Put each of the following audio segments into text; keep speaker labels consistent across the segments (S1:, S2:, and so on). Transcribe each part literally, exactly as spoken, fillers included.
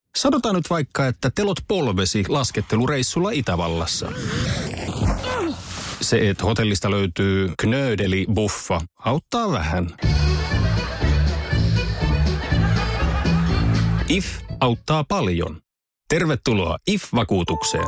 S1: Sanotaan nyt vaikka, että telot polvesi laskettelureissulla Itävallassa. Se, että hotellista löytyy knöydeli-buffa, auttaa vähän. I F auttaa paljon. Tervetuloa I F-vakuutukseen.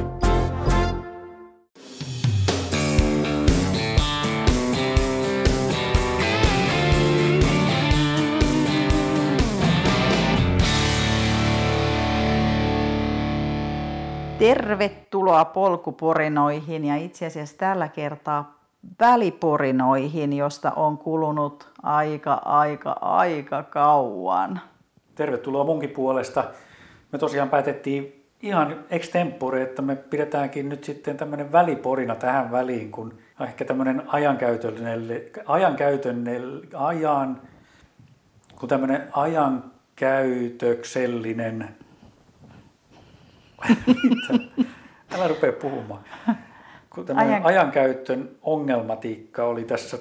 S2: Tervetuloa polkuporinoihin ja itse asiassa tällä kertaa väliporinoihin, josta on kulunut aika, aika, aika kauan.
S3: Tervetuloa munkin puolesta. Me tosiaan päätettiin ihan extempore, että me pidetäänkin nyt sitten tämmöinen väliporina tähän väliin, kun ehkä tämmöinen ajankäytönnelle, ajankäytönnelle, ajan, kun tämmöinen ajankäytöksellinen, älä rupea puhumaan, kun tämmöinen Ajan... ajankäytön ongelmatiikka oli tässä.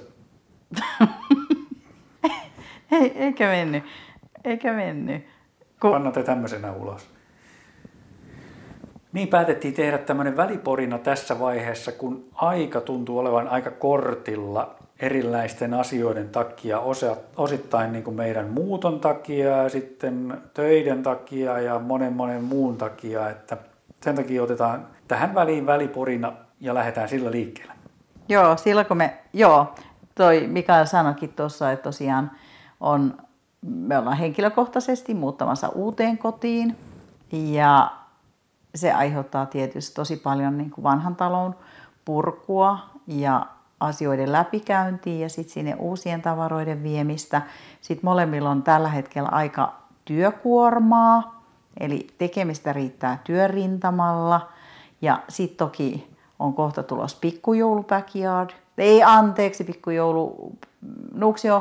S2: Ei, eikä mennyt, eikä mennyt. Kun...
S3: Panna te tämmöisenä ulos. Niin päätettiin tehdä tämmöinen väliporina tässä vaiheessa, kun aika tuntuu olevan aika kortilla erilaisten asioiden takia, osittain niin kuin meidän muuton takia ja sitten töiden takia ja monen monen muun takia, että sen takia otetaan tähän väliin väliporina ja lähdetään sillä liikkeelle.
S2: Joo, silloin kun me, joo, toi Mikael sanoikin tuossa, että tosiaan on, me ollaan henkilökohtaisesti muuttamassa uuteen kotiin ja se aiheuttaa tietysti tosi paljon niin kuin vanhan talon purkua ja asioiden läpikäyntiä ja sitten sinne uusien tavaroiden viemistä. Sitten molemmilla on tällä hetkellä aika työkuormaa, eli tekemistä riittää työrintamalla. Ja sitten toki on kohta tulos pikkujoulu backyard. Ei anteeksi, pikkujoulu Nuuksio,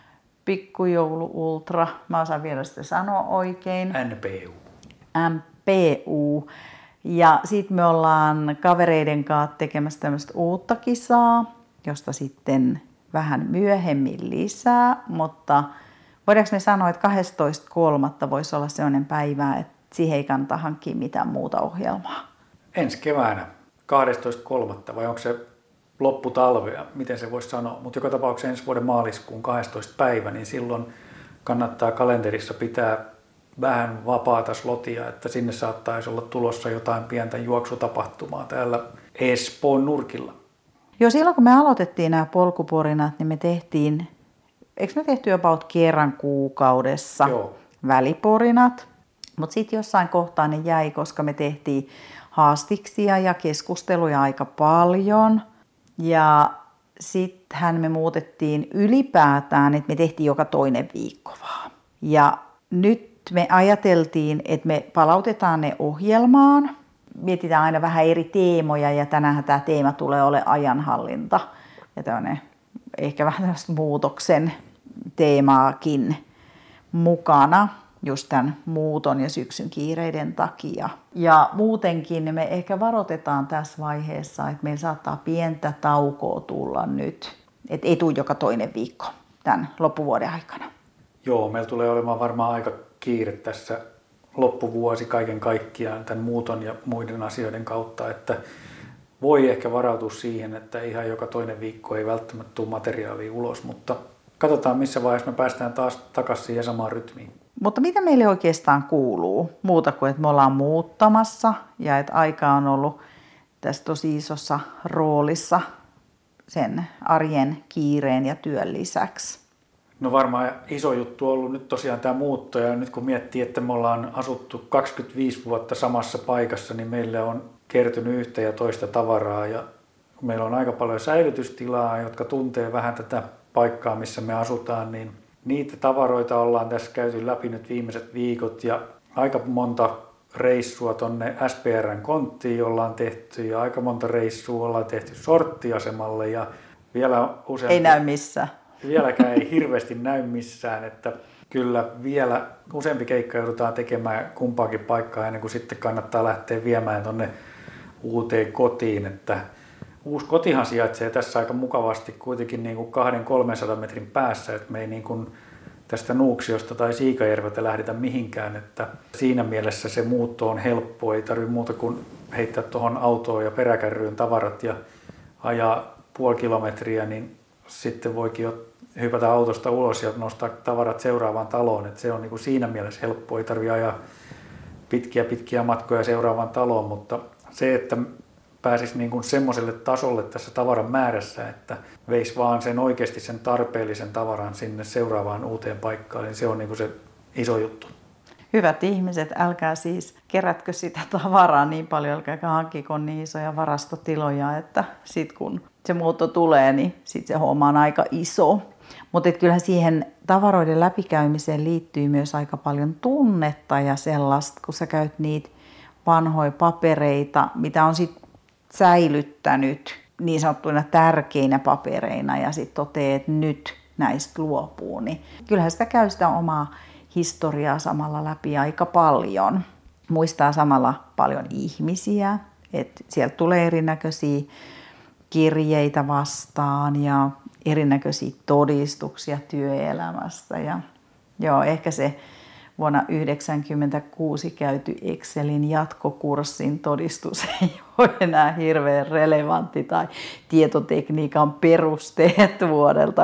S2: pikkujoulu ultra. Mä osaan vielä sitä sanoa oikein.
S3: N P U.
S2: M P U. Ja sitten me ollaan kavereiden kanssa tekemässä tämmöistä uutta kisaa, josta sitten vähän myöhemmin lisää, mutta voidaanko me sanoa, että kahdestoista kolmatta voisi olla sellainen päivä, että siihen ei kannata hankkia mitään muuta ohjelmaa?
S3: Ensi keväänä, kahdestoista kolmatta vai onko se lopputalvea, miten se voisi sanoa, mutta joka tapauksessa ensi vuoden maaliskuun kahdestoista päivä, niin silloin kannattaa kalenterissa pitää vähän vapaata slotia, että sinne saattaisi olla tulossa jotain pientä juoksutapahtumaa täällä Espoon nurkilla.
S2: Joo, silloin kun me aloitettiin nämä polkuporinat, niin me tehtiin, eikö me tehty about kerran kuukaudessa
S3: Joo.
S2: väliporinat, mutta sitten jossain kohtaa ne jäi, koska me tehtiin haastiksia ja keskusteluja aika paljon ja sittenhän me muutettiin ylipäätään, että me tehtiin joka toinen viikko vaan. Ja nyt me ajateltiin, että me palautetaan ne ohjelmaan. Mietitään aina vähän eri teemoja ja tänään tämä teema tulee olemaan ajanhallinta. Ja tämmöinen ehkä vähän tämmöistä muutoksen teemaakin mukana just tämän muuton ja syksyn kiireiden takia. Ja muutenkin me ehkä varoitetaan tässä vaiheessa, että meillä saattaa pientä taukoa tulla nyt. Että ei tule joka toinen viikko tämän loppuvuoden aikana.
S3: Joo, meillä tulee olemaan varmaan aika kiire tässä loppuvuosi kaiken kaikkiaan tämän muuton ja muiden asioiden kautta, että voi ehkä varautua siihen, että ihan joka toinen viikko ei välttämättä tule materiaalia ulos, mutta katsotaan missä vaiheessa me päästään taas takaisin siihen samaan rytmiin.
S2: Mutta mitä meille oikeastaan kuuluu? Muuta kuin, että me ollaan muuttamassa ja että aika on ollut tässä tosi isossa roolissa sen arjen kiireen ja työn lisäksi.
S3: No varmaan iso juttu on ollut nyt tosiaan tämä muutto ja nyt kun miettii, että me ollaan asuttu kaksikymmentäviisi vuotta samassa paikassa, niin meille on kertynyt yhtä ja toista tavaraa ja meillä on aika paljon säilytystilaa, jotka tuntee vähän tätä paikkaa, missä me asutaan, niin niitä tavaroita ollaan tässä käyty läpi nyt viimeiset viikot ja aika monta reissua tonne S P R:n konttiin ollaan tehty ja aika monta reissua ollaan tehty sorttiasemalle ja vielä useampi...
S2: Ei näy missään.
S3: Vieläkään ei hirveästi näy missään, että kyllä vielä useampi keikka joudutaan tekemään kumpaakin paikkaa ennen kuin sitten kannattaa lähteä viemään tonne uuteen kotiin, että uusi kotihan sijaitsee tässä aika mukavasti kuitenkin niin kuin kaksisataa kolmesataa metrin päässä, että me ei niin kuin tästä Nuuksiosta tai Siikajärveltä lähdetä mihinkään, että siinä mielessä se muutto on helppo, ei tarvitse muuta kuin heittää tuohon autoon ja peräkärryyn tavarat ja ajaa puoli kilometriä, niin sitten voikin jo hypätä autosta ulos ja nostaa tavarat seuraavaan taloon, että se on niin kuin siinä mielessä helppo, ei tarvitse ajaa pitkiä pitkiä matkoja seuraavaan taloon, mutta se, että pääsisi niin kuin semmoiselle tasolle tässä tavaran määrässä, että veisi vaan sen oikeasti sen tarpeellisen tavaran sinne seuraavaan uuteen paikkaan, niin se on niin kuin se iso juttu.
S2: Hyvät ihmiset, älkää siis kerätkö sitä tavaraa niin paljon, älkääkä hankiko niin isoja varastotiloja, että sitten kun se muutto tulee, niin sitten se homma on aika iso. Mutta kyllähän siihen tavaroiden läpikäymiseen liittyy myös aika paljon tunnetta ja sellaista, kun sä käyt niitä vanhoja papereita, mitä on sitten säilyttänyt niin sanottuina tärkeinä papereina ja sitten toteaa, että nyt näistä luopuu, niin kyllähän sitä käy sitä omaa historiaa samalla läpi aika paljon. Muistaa samalla paljon ihmisiä, että sieltä tulee erinäköisiä kirjeitä vastaan ja erinäköisiä todistuksia työelämästä. Ja joo, ehkä se vuonna yhdeksänkymmentäkuusi käyty Excelin jatkokurssin todistus ei ole enää hirveän relevantti tai tietotekniikan perusteet vuodelta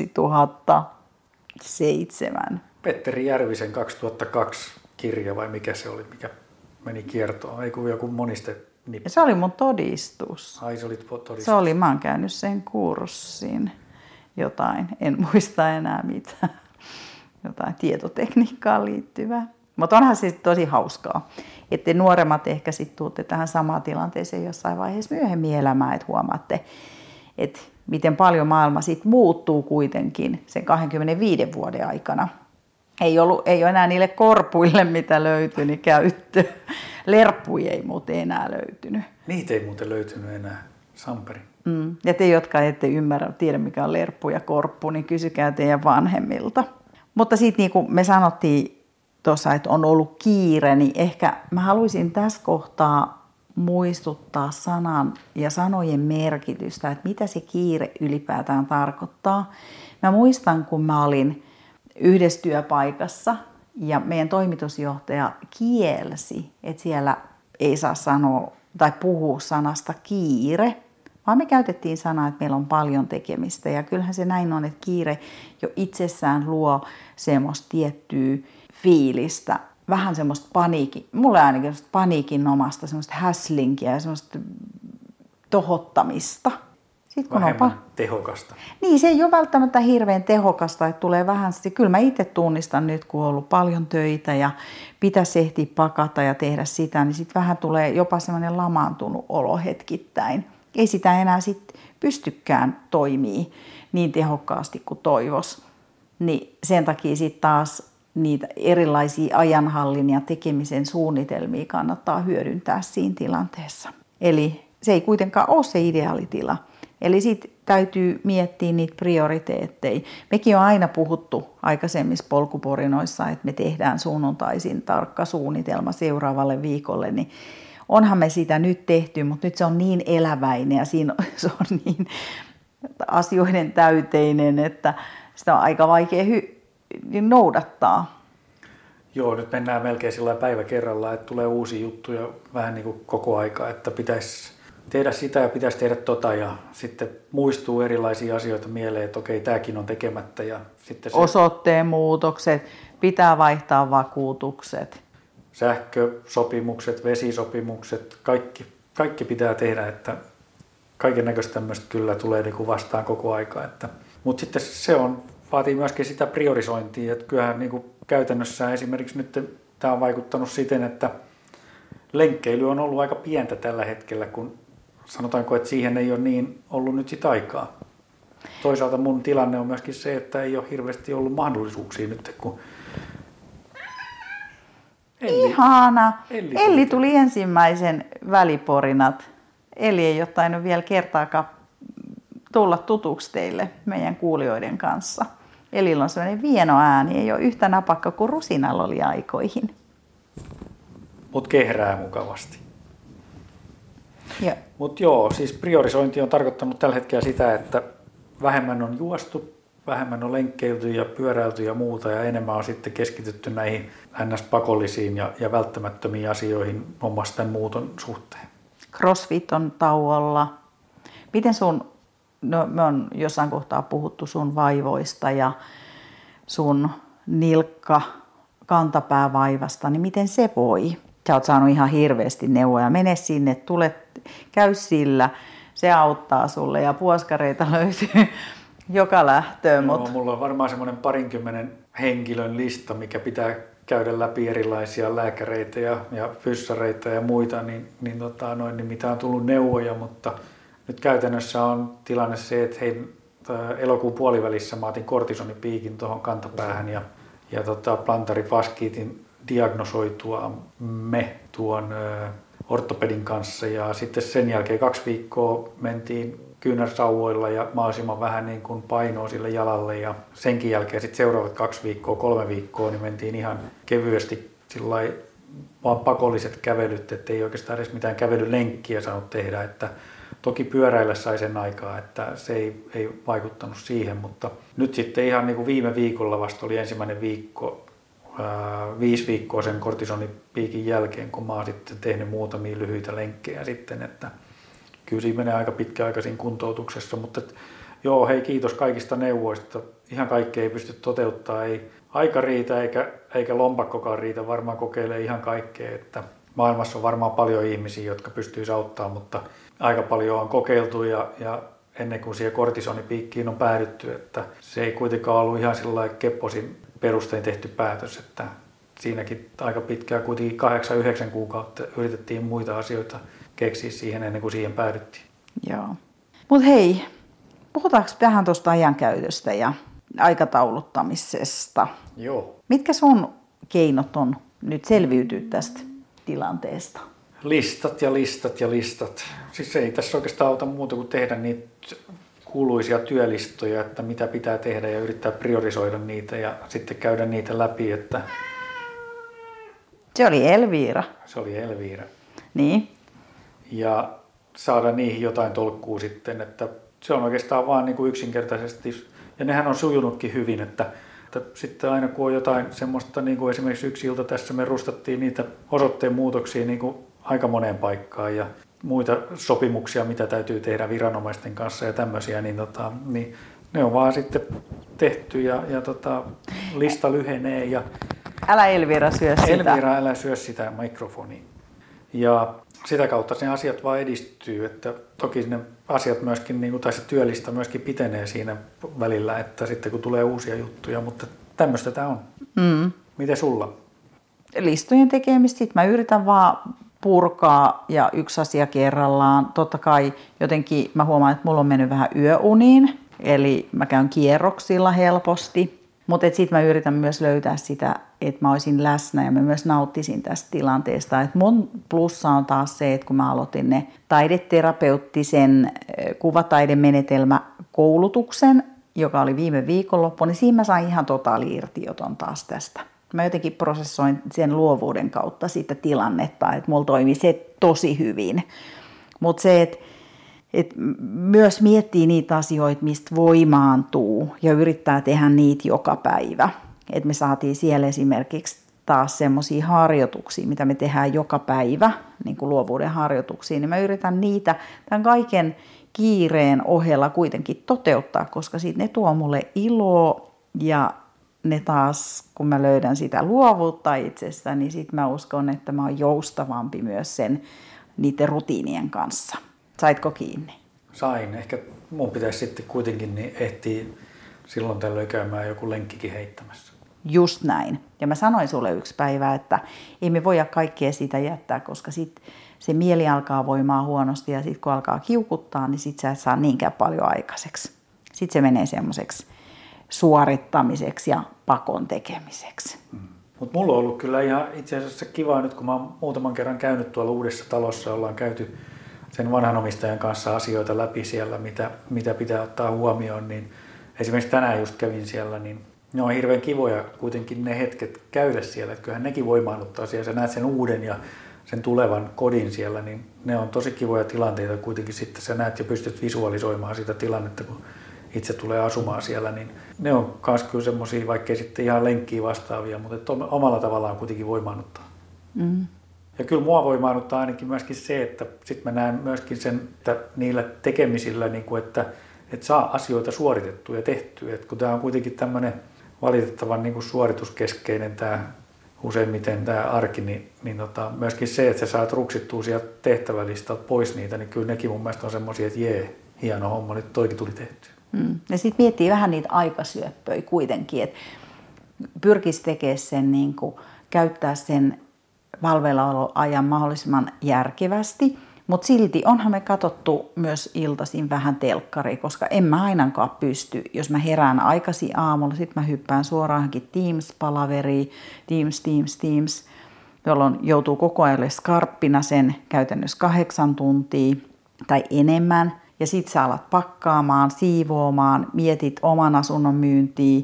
S2: kaksituhattaseitsemän.
S3: Petteri Järvisen kaksituhattakaksi kirja vai mikä se oli, mikä meni kiertoon? Ei kun joku moniste.
S2: Se oli mun todistus.
S3: Ai, se oli todistus.
S2: Se oli, mä oon käynyt sen kurssin. Jotain, en muista enää mitään. Jotain tietotekniikkaan liittyvää. Mutta onhan se tosi hauskaa, että nuoremmat ehkä sitten tuutte tähän samaan tilanteeseen jossain vaiheessa myöhemmin elämää, että huomaatte, että miten paljon maailma sitten muuttuu kuitenkin sen kaksikymmentäviisi vuoden aikana. Ei, ollut, ei ole enää niille korpuille, mitä löytyi, niin käyttö. Lerppuja ei muuten enää löytynyt.
S3: Niitä ei muuten löytynyt enää, Samperi.
S2: Mm. Ja te, jotka ette ymmärrä, tiedä mikä on lerppu ja korppu, niin kysykää teidän vanhemmilta. Mutta sitten niin kuin me sanottiin tuossa, että on ollut kiire, niin ehkä mä haluaisin tässä kohtaa muistuttaa sanan ja sanojen merkitystä, että mitä se kiire ylipäätään tarkoittaa. Mä muistan, kun mä olin yhdessä työpaikassa ja meidän toimitusjohtaja kielsi, että siellä ei saa sanoa tai puhua sanasta kiire, vaan me käytettiin sanaa, että meillä on paljon tekemistä. Ja kyllähän se näin on, että kiire jo itsessään luo semmoista tiettyä fiilistä, vähän semmoista paniikin, mulle ainakin semmoista paniikinomasta, semmoista häslinkiä ja semmoista tohottamista. Sitten kun
S3: Vähemmän
S2: onpa
S3: tehokasta.
S2: Niin, se ei ole välttämättä hirveän tehokasta, että tulee vähän, kyllä mä itse tunnistan nyt, kun on ollut paljon töitä ja pitäisi ehtiä pakata ja tehdä sitä, niin sitten vähän tulee jopa semmoinen lamaantunut olo hetkittäin. Ei sitä enää sitten pystykään toimii niin tehokkaasti kuin toivoisi. Niin sen takia sitten taas niitä erilaisia ajanhallin ja tekemisen suunnitelmia kannattaa hyödyntää siinä tilanteessa. Eli se ei kuitenkaan ole se ideaalitila. Eli sitten täytyy miettiä niitä prioriteetteja. Mekin on aina puhuttu aikaisemmissa polkuporinoissa, että me tehdään sunnuntaisin tarkka suunnitelma seuraavalle viikolle, niin onhan me sitä nyt tehty, mutta nyt se on niin eläväinen ja siinä se on niin asioiden täyteinen, että sitä on aika vaikea hy- noudattaa.
S3: Joo, nyt mennään melkein sillä päivä kerrallaan, että tulee uusia juttuja vähän niin kuin koko aika, että pitäisi tehdä sitä ja pitäisi tehdä tota ja sitten muistuu erilaisia asioita mieleen, että okei, tämäkin on tekemättä. Ja sitten se
S2: osoitteen muutokset, pitää vaihtaa vakuutukset.
S3: Sähkösopimukset, vesisopimukset, kaikki, kaikki pitää tehdä, että kaiken näköistä tämmöistä kyllä tulee niin kuin vastaan koko aika. Että, mutta sitten se on, vaatii myöskin sitä priorisointia, että kyllähän niin kuin käytännössä esimerkiksi nyt tämä on vaikuttanut siten, että lenkkeily on ollut aika pientä tällä hetkellä, kun sanotaanko, että siihen ei ole niin ollut nyt sitä aikaa. Toisaalta mun tilanne on myöskin se, että ei ole hirveästi ollut mahdollisuuksia nyt, kun Elli,
S2: Ihana.
S3: Elli,
S2: Elli tuli ensimmäisen väliporinat. Eli ei ole tainnut vielä kertaakaan tulla tutuksi teille meidän kuulijoiden kanssa. Elillä on sellainen vieno ääni, ei ole yhtä napakka kuin Rusinalla oli aikoihin.
S3: Mut kehrää mukavasti.
S2: Joo.
S3: Mutta joo, siis priorisointi on tarkoittanut tällä hetkellä sitä, että vähemmän on juostu, vähemmän on lenkkeilty ja pyöräilty ja muuta ja enemmän on sitten keskitytty näihin ns. Pakollisiin ja, ja välttämättömiin asioihin muun muassa tämän muuton suhteen.
S2: CrossFit on tauolla. Miten sun, no me on jossain kohtaa puhuttu sun vaivoista ja sun nilkka kantapäävaivasta, niin miten se voi? Sä oot saanut ihan hirveästi neuvoja. Mene sinne, tule, käy sillä. Se auttaa sulle ja puoskareita löytyy joka lähtöön.
S3: Joo,
S2: Mut...
S3: mulla on varmaan semmoinen parinkymmenen henkilön lista, mikä pitää käydä läpi erilaisia lääkäreitä ja, ja fyssareita ja muita, niin, niin, tota, noin, niin mitä on tullut neuvoja, mutta nyt käytännössä on tilanne se, että hei, elokuun puolivälissä mä otin kortisonipiikin tuohon kantapäähän ja, ja tota, plantarifaskiitin diagnosoitua me tuon ö, ortopedin kanssa ja sitten sen jälkeen kaksi viikkoa mentiin kyynärsauvoilla ja mahdollisimman vähän niin kuin painoa sille jalalle ja senkin jälkeen sitten seuraavat kaksi viikkoa, kolme viikkoa, niin mentiin ihan kevyesti sillai vaan pakolliset kävelyt, ettei oikeastaan edes mitään kävelylenkkiä saanut tehdä, että toki pyöräillä sai sen aikaa, että se ei, ei vaikuttanut siihen, mutta nyt sitten ihan niin kuin viime viikolla vasta oli ensimmäinen viikko, ää, viisi viikkoa sen kortisonipiikin jälkeen, kun mä oon sitten tehnyt muutamia lyhyitä lenkkejä sitten, että kyllä siinä menee aika pitkäaikaisiin kuntoutuksessa, mutta et, joo, hei kiitos kaikista neuvoista. Ihan kaikkea ei pysty toteuttaa, ei aika riitä eikä, eikä lompakkokaan riitä, varmaan kokeilee ihan kaikkea, että maailmassa on varmaan paljon ihmisiä, jotka pystyisivät auttamaan, mutta aika paljon on kokeiltu ja, ja ennen kuin siihen kortisonipiikkiin on päädytty, että se ei kuitenkaan ollut ihan sellainen kepposin perustein tehty päätös, että siinäkin aika pitkään kuitenkin kahdeksan yhdeksän kuukautta yritettiin muita asioita keksiä siihen ennen kuin siihen päädyttiin.
S2: Joo. Mut hei, puhutaanko vähän tuosta ajankäytöstä ja aikatauluttamisesta?
S3: Joo.
S2: Mitkä sun keinot on nyt selviytyä tästä tilanteesta?
S3: Listat ja listat ja listat. Siis ei tässä oikeastaan auta muuta kuin tehdä niitä kuuluisia työlistoja, että mitä pitää tehdä ja yrittää priorisoida niitä ja sitten käydä niitä läpi. Että...
S2: Se oli Elviira.
S3: Se oli Elviira.
S2: Niin.
S3: Ja saada niihin jotain tolkkua sitten, että se on oikeastaan vaan niin kuin yksinkertaisesti, ja nehän on sujunutkin hyvin, että, että sitten aina kun on jotain semmoista, niin kuin esimerkiksi yksi ilta tässä me rustattiin niitä osoitteen muutoksia niin kuin aika moneen paikkaan ja muita sopimuksia, mitä täytyy tehdä viranomaisten kanssa ja tämmöisiä, niin, tota, niin ne on vaan sitten tehty ja, ja tota, lista lyhenee. Ja
S2: Älä Elviira syö sitä.
S3: Elviira, älä syö sitä mikrofonia. Ja sitä kautta ne asiat vaan edistyy, että toki ne asiat myöskin, niin kuin, tai se työlista myöskin pitenee siinä välillä, että sitten kun tulee uusia juttuja, mutta tämmöistä tämä on.
S2: Mm.
S3: Miten sulla?
S2: Listojen tekemistä, sit mä yritän vaan purkaa ja yksi asia kerrallaan. Totta kai jotenkin mä huomaan, että mulla on mennyt vähän yöuniin, eli mä käyn kierroksilla helposti. Mutta sitten mä yritän myös löytää sitä, että mä olisin läsnä ja mä myös nauttisin tästä tilanteesta. Et mun plussa on taas se, että kun mä aloitin ne taideterapeuttisen kuvataidemenetelmäkoulutuksen, joka oli viime viikonloppu, niin siinä mä sain ihan totaali irtioton taas tästä. Mä jotenkin prosessoin sen luovuuden kautta sitä tilannetta, että mulla toimi se tosi hyvin. Mutta se, että et myös miettii niitä asioita, mistä voimaantuu ja yrittää tehdä niitä joka päivä. Et me saatiin siellä esimerkiksi taas semmoisia harjoituksia, mitä me tehdään joka päivä, niin kuin luovuuden harjoituksia, niin mä yritän niitä tämän kaiken kiireen ohella kuitenkin toteuttaa, koska siitä ne tuo mulle iloa ja ne taas, kun mä löydän sitä luovuutta itsestä, niin sit mä uskon, että mä oon joustavampi myös sen niiden rutiinien kanssa. Saitko kiinni?
S3: Sain. Ehkä mun pitäisi sitten kuitenkin niin ehtiä silloin tällöin käymään joku lenkkikin heittämässä.
S2: Just näin. Ja mä sanoin sulle yksi päivä, että ei me voida kaikkea sitä jättää, koska sit se mieli alkaa voimaa huonosti ja sitten kun alkaa kiukuttaa, niin sit sä et saa niinkään paljon aikaiseksi. Sitten se menee semmoiseksi suorittamiseksi ja pakon tekemiseksi.
S3: Mm. Mutta mulla on ollut kyllä ihan itse asiassa kiva nyt, kun mä oon muutaman kerran käynyt tuolla uudessa talossa, ollaan käyty sen vanhan omistajan kanssa asioita läpi siellä, mitä, mitä pitää ottaa huomioon, niin esimerkiksi tänään just kävin siellä, niin ne on hirveän kivoja kuitenkin ne hetket käydä siellä, että kyllähän nekin voimaannuttaa siellä, sä näet sen uuden ja sen tulevan kodin siellä, niin ne on tosi kivoja tilanteita kuitenkin sitten, sä näet ja pystyt visualisoimaan sitä tilannetta, kun itse tulee asumaan siellä, niin ne on myös kyllä semmoisia, vaikkei sitten ihan lenkkiä vastaavia, mutta omalla tavallaan kuitenkin voimaannuttaa. Mm. Ja kyllä mua voimaannuttaa ainakin myöskin se, että sitten mä näen myöskin sen, että niillä tekemisillä, niin kuin, että, että saa asioita suoritettua ja tehtyä. Että kun tämä on kuitenkin tämmöinen valitettavan niin kuin suorituskeskeinen tämä useimmiten tämä arki, niin, niin tota, myöskin se, että sä saat ruksittua sieltä tehtävälistalta pois niitä, niin kyllä nekin mun mielestä on semmoisia, että jee, hieno homma, nyt toikin tuli tehty.
S2: Mm. Ja sitten miettii vähän niitä aikasyöppöjä kuitenkin, että pyrkisi tekemään sen, niin kuin, käyttää sen valveillaoloajan mahdollisimman järkevästi, mutta silti onhan me katsottu myös iltaisin vähän telkkaria, koska en mä ainakaan pysty, jos mä herään aikaisin aamulla, sitten mä hyppään suoraankin Teams-palaveriin, Teams, Teams, Teams, jolloin joutuu koko ajan skarppina sen käytännössä kahdeksan tuntia tai enemmän, ja sit sä alat pakkaamaan, siivoamaan, mietit oman asunnon myyntiä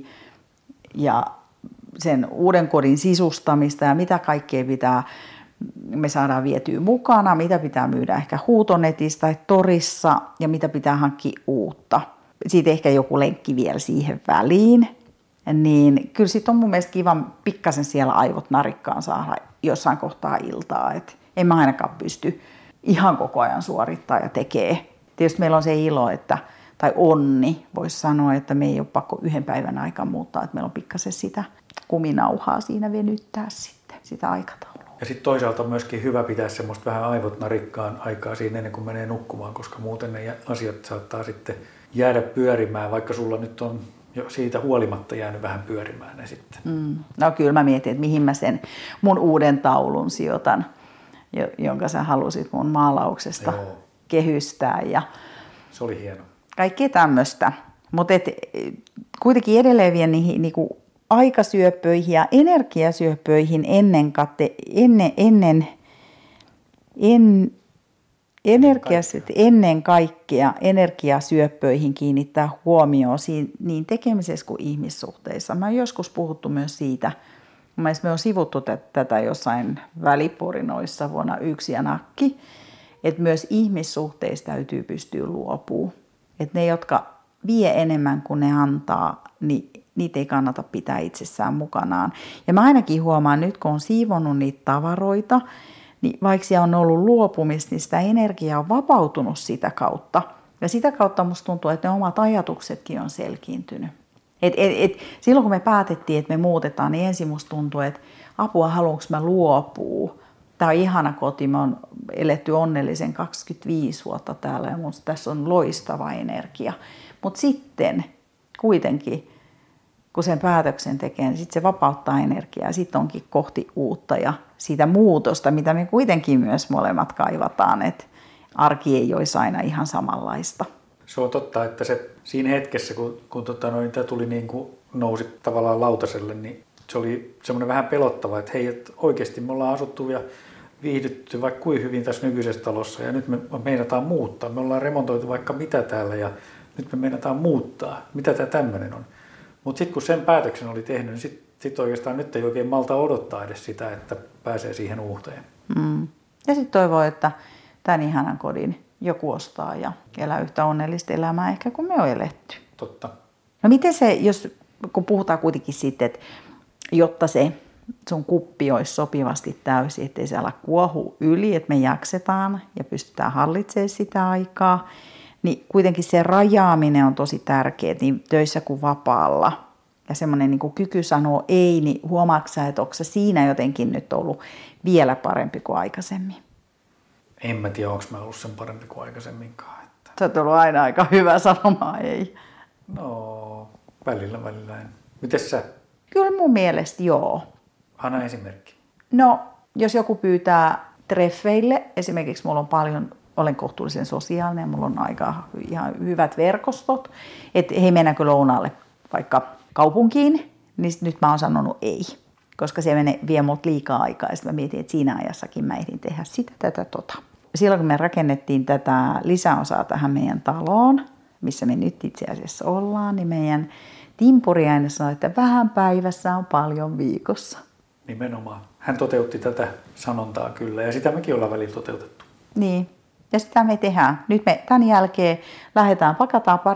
S2: ja sen uuden kodin sisustamista ja mitä kaikkea pitää me saadaan vietyä mukana, mitä pitää myydä ehkä huutonetissä tai torissa ja mitä pitää hankkia uutta. Siitä ehkä joku lenkki vielä siihen väliin. Niin kyllä sit on mun mielestä kiva pikkasen siellä aivot narikkaan saada jossain kohtaa iltaa. Et en mä ainakaan pysty ihan koko ajan suorittaa ja tekee. Tietysti meillä on se ilo, että, tai onni, voisi sanoa, että me ei ole pakko yhden päivän aikaa muuttaa, että meillä on pikkasen sitä kuminauhaa siinä venyttää sitten, sitä aikataulua.
S3: Ja sitten toisaalta on myöskin hyvä pitää semmoista vähän aivot narikkaan aikaa siinä ennen kuin menee nukkumaan, koska muuten ne asiat saattaa sitten jäädä pyörimään, vaikka sulla nyt on jo siitä huolimatta jäänyt vähän pyörimään ne sitten.
S2: Mm. No kyllä mä mietin, että mihin mä sen mun uuden taulun sijoitan, jonka sä halusit mun maalauksesta Joo. kehystää. Ja
S3: se oli hieno.
S2: Kaikkea tämmöistä, mutta kuitenkin edelleen vielä niihin niinku aikasyöppöihin ja energiasyöppöihin ennen, kate, ennen, ennen, en, energiasyöp, ennen kaikkea energiasyöppöihin kiinnittää huomioon siinä, niin tekemisessä kuin ihmissuhteissa. Mä oon joskus puhuttu myös siitä, me on sivuttu tätä jossain väliporinoissa vuonna yksi ja nakki, että myös ihmissuhteissa täytyy pystyä luopumaan. Että ne, jotka vie enemmän kuin ne antaa, niin niitä ei kannata pitää itsessään mukanaan. Ja mä ainakin huomaan nyt, kun on siivonnut niitä tavaroita, niin vaikka siellä on ollut luopumista, niin sitä energiaa on vapautunut sitä kautta. Ja sitä kautta musta tuntuu, että ne omat ajatuksetkin on selkiintynyt. Et, et, et, silloin kun me päätettiin, että me muutetaan, niin ensin musta tuntuu, että apua, haluanko mä luopua. Tämä on ihana koti, mä oon eletty onnellisen kaksikymmentäviisi vuotta täällä ja musta tässä on loistava energia. Mutta sitten kuitenkin, kun sen päätöksen tekee, niin sitten se vapauttaa energiaa ja sitten onkin kohti uutta ja siitä muutosta, mitä me kuitenkin myös molemmat kaivataan, että arki ei olisi aina ihan samanlaista.
S3: Se on totta, että se siinä hetkessä, kun, kun tota, noin, tämä tuli niin kuin nousi tavallaan lautaselle, niin se oli semmoinen vähän pelottava, että hei, että oikeasti me ollaan asuttu ja viihdytty vaikka kuin hyvin tässä nykyisessä talossa ja nyt me meinataan muuttaa. Me ollaan remontoitu vaikka mitä täällä ja nyt me meinataan muuttaa. Mitä tämä tämmöinen on? Mutta sitten kun sen päätöksen oli tehnyt, niin sitten sit oikeastaan nyt ei oikein malta odottaa edes sitä, että pääsee siihen uuteen.
S2: Mm. Ja sitten toivoo, että tämän ihanan kodin joku ostaa ja elää yhtä onnellista elämää ehkä kuin me on eletty.
S3: Totta.
S2: No miten se, jos, kun puhutaan kuitenkin sitten, että jotta se sun kuppi olisi sopivasti täysi, ettei se ala kuohua yli, että me jaksetaan ja pystytään hallitsemaan sitä aikaa, niin kuitenkin se rajaaminen on tosi tärkeää niin töissä kuin vapaalla. Ja semmoinen niin kuin kyky sanoa ei, niin huomaatko sä, että onko se siinä jotenkin nyt ollut vielä parempi kuin aikaisemmin?
S3: En mä tiedä, onko mä ollut sen parempi kuin aikaisemminkaan. Että...
S2: Sä oot ollut aina aika hyvä sanomaan ei.
S3: No, välillä välillä en. Mites sä?
S2: Kyllä mun mielestä joo.
S3: Anna esimerkki.
S2: No, jos joku pyytää treffeille, esimerkiksi mulla on paljon, olen kohtuullisen sosiaalinen, mulla on aika ihan hyvät verkostot, että hei, mennäänkö lounaalle vaikka kaupunkiin, niin nyt mä oon sanonut ei, koska se menee, vie multa liikaa aikaa ja sitten mä mietin, että siinä ajassakin mä ehdin tehdä sitä, tätä, tota. Silloin kun me rakennettiin tätä lisäosaa tähän meidän taloon, missä me nyt itse asiassa ollaan, niin meidän timpuri aina sanoi, että vähän päivässä on paljon viikossa.
S3: Nimenomaan. Hän toteutti tätä sanontaa kyllä ja sitä mekin ollaan välillä toteutettu.
S2: Niin, ja sitä me tehdään. Nyt me tämän jälkeen lähdetään, pakataan pari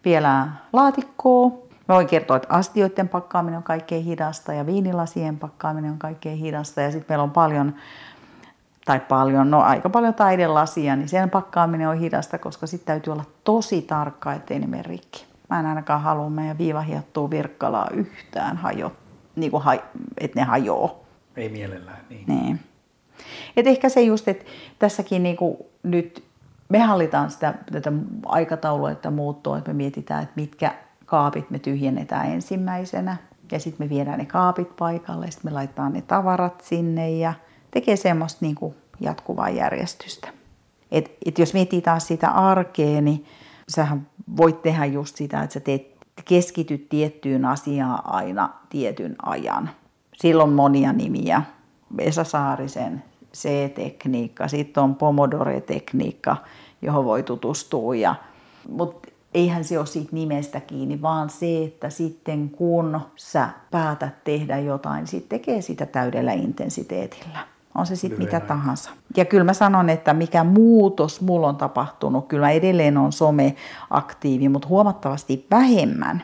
S2: vielä laatikkoa. Mä voin kertoa, että astioiden pakkaaminen on kaikkein hidasta ja viinilasien pakkaaminen on kaikkein hidasta. Ja sitten meillä on paljon, tai paljon, no aika paljon taidelasia, niin sen pakkaaminen on hidasta, koska sitten täytyy olla tosi tarkka, ettei ne mene rikki. Mä en ainakaan halua meidän viivahiottua virkkalaa yhtään hajo, niin kuin haj, että ne hajoaa.
S3: Ei mielellään, niin.
S2: niin. Et ehkä se just, että tässäkin niinku nyt me hallitaan sitä tätä aikataulua, että muuttuu, että me mietitään, että mitkä kaapit me tyhjennetään ensimmäisenä. Ja sitten me viedään ne kaapit paikalle, sitten me laitetaan ne tavarat sinne ja tekee semmoista niinku jatkuvaa järjestystä. Et, et jos miettii taas sitä arkea, niin sähän voit tehdä just sitä, että sä teet, keskityt tiettyyn asiaan aina tietyn ajan. Silloin monia nimiä. Vesa Saarisen C-tekniikka, sitten on Pomodore-tekniikka, johon voi tutustua. Ja, mutta eihän se ole siitä nimestä kiinni, vaan se, että sitten kun sä päätät tehdä jotain, niin sitten tekee sitä täydellä intensiteetillä. On se sitten mitä tahansa. Ja kyllä mä sanon, että mikä muutos mulla on tapahtunut, kyllä mä edelleen on someaktiivi, mutta huomattavasti vähemmän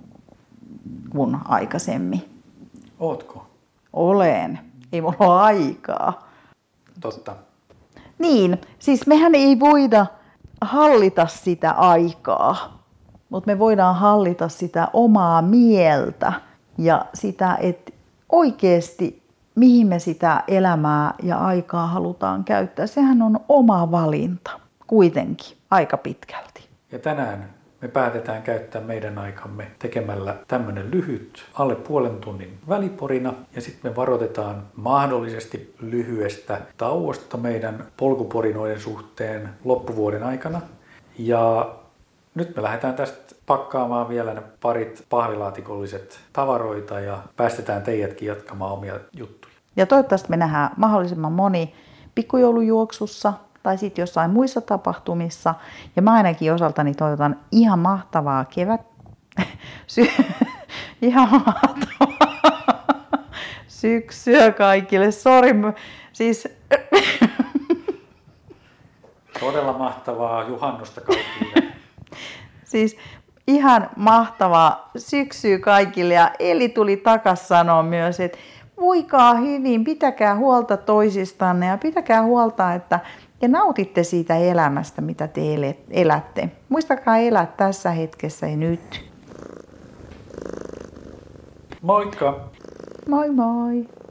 S2: kuin aikaisemmin.
S3: Ootko?
S2: Olen. Ei mulla ole aikaa.
S3: Totta.
S2: Niin, siis mehän ei voida hallita sitä aikaa, mutta me voidaan hallita sitä omaa mieltä ja sitä, että oikeasti mihin me sitä elämää ja aikaa halutaan käyttää. Sehän on oma valinta kuitenkin aika pitkälti.
S3: Ja tänään me päätetään käyttää meidän aikamme tekemällä tämmöinen lyhyt alle puolen tunnin väliporina ja sitten me varoitetaan mahdollisesti lyhyestä tauosta meidän polkuporinoiden suhteen loppuvuoden aikana. Ja nyt me lähdetään tästä pakkaamaan vielä ne parit pahvilaatikolliset tavaroita ja päästetään teidätkin jatkamaan omia juttuja.
S2: Ja toivottavasti me nähdään mahdollisimman moni pikkujoulujuoksussa tai sitten jossain muissa tapahtumissa. Ja mä ainakin osaltani toivotan ihan mahtavaa kevät... Sy- ihan mahtavaa syksyä kaikille. Sori, siis...
S3: Todella mahtavaa juhannusta kaikille.
S2: Siis ihan mahtavaa syksyä kaikille. Ja Eli tuli takas sanoa myös, että voikaa hyvin, pitäkää huolta toisistanne ja pitäkää huolta, että ja nautitte siitä elämästä, mitä te elätte. Muistakaa elää tässä hetkessä ja nyt.
S3: Moikka!
S2: Moi moi!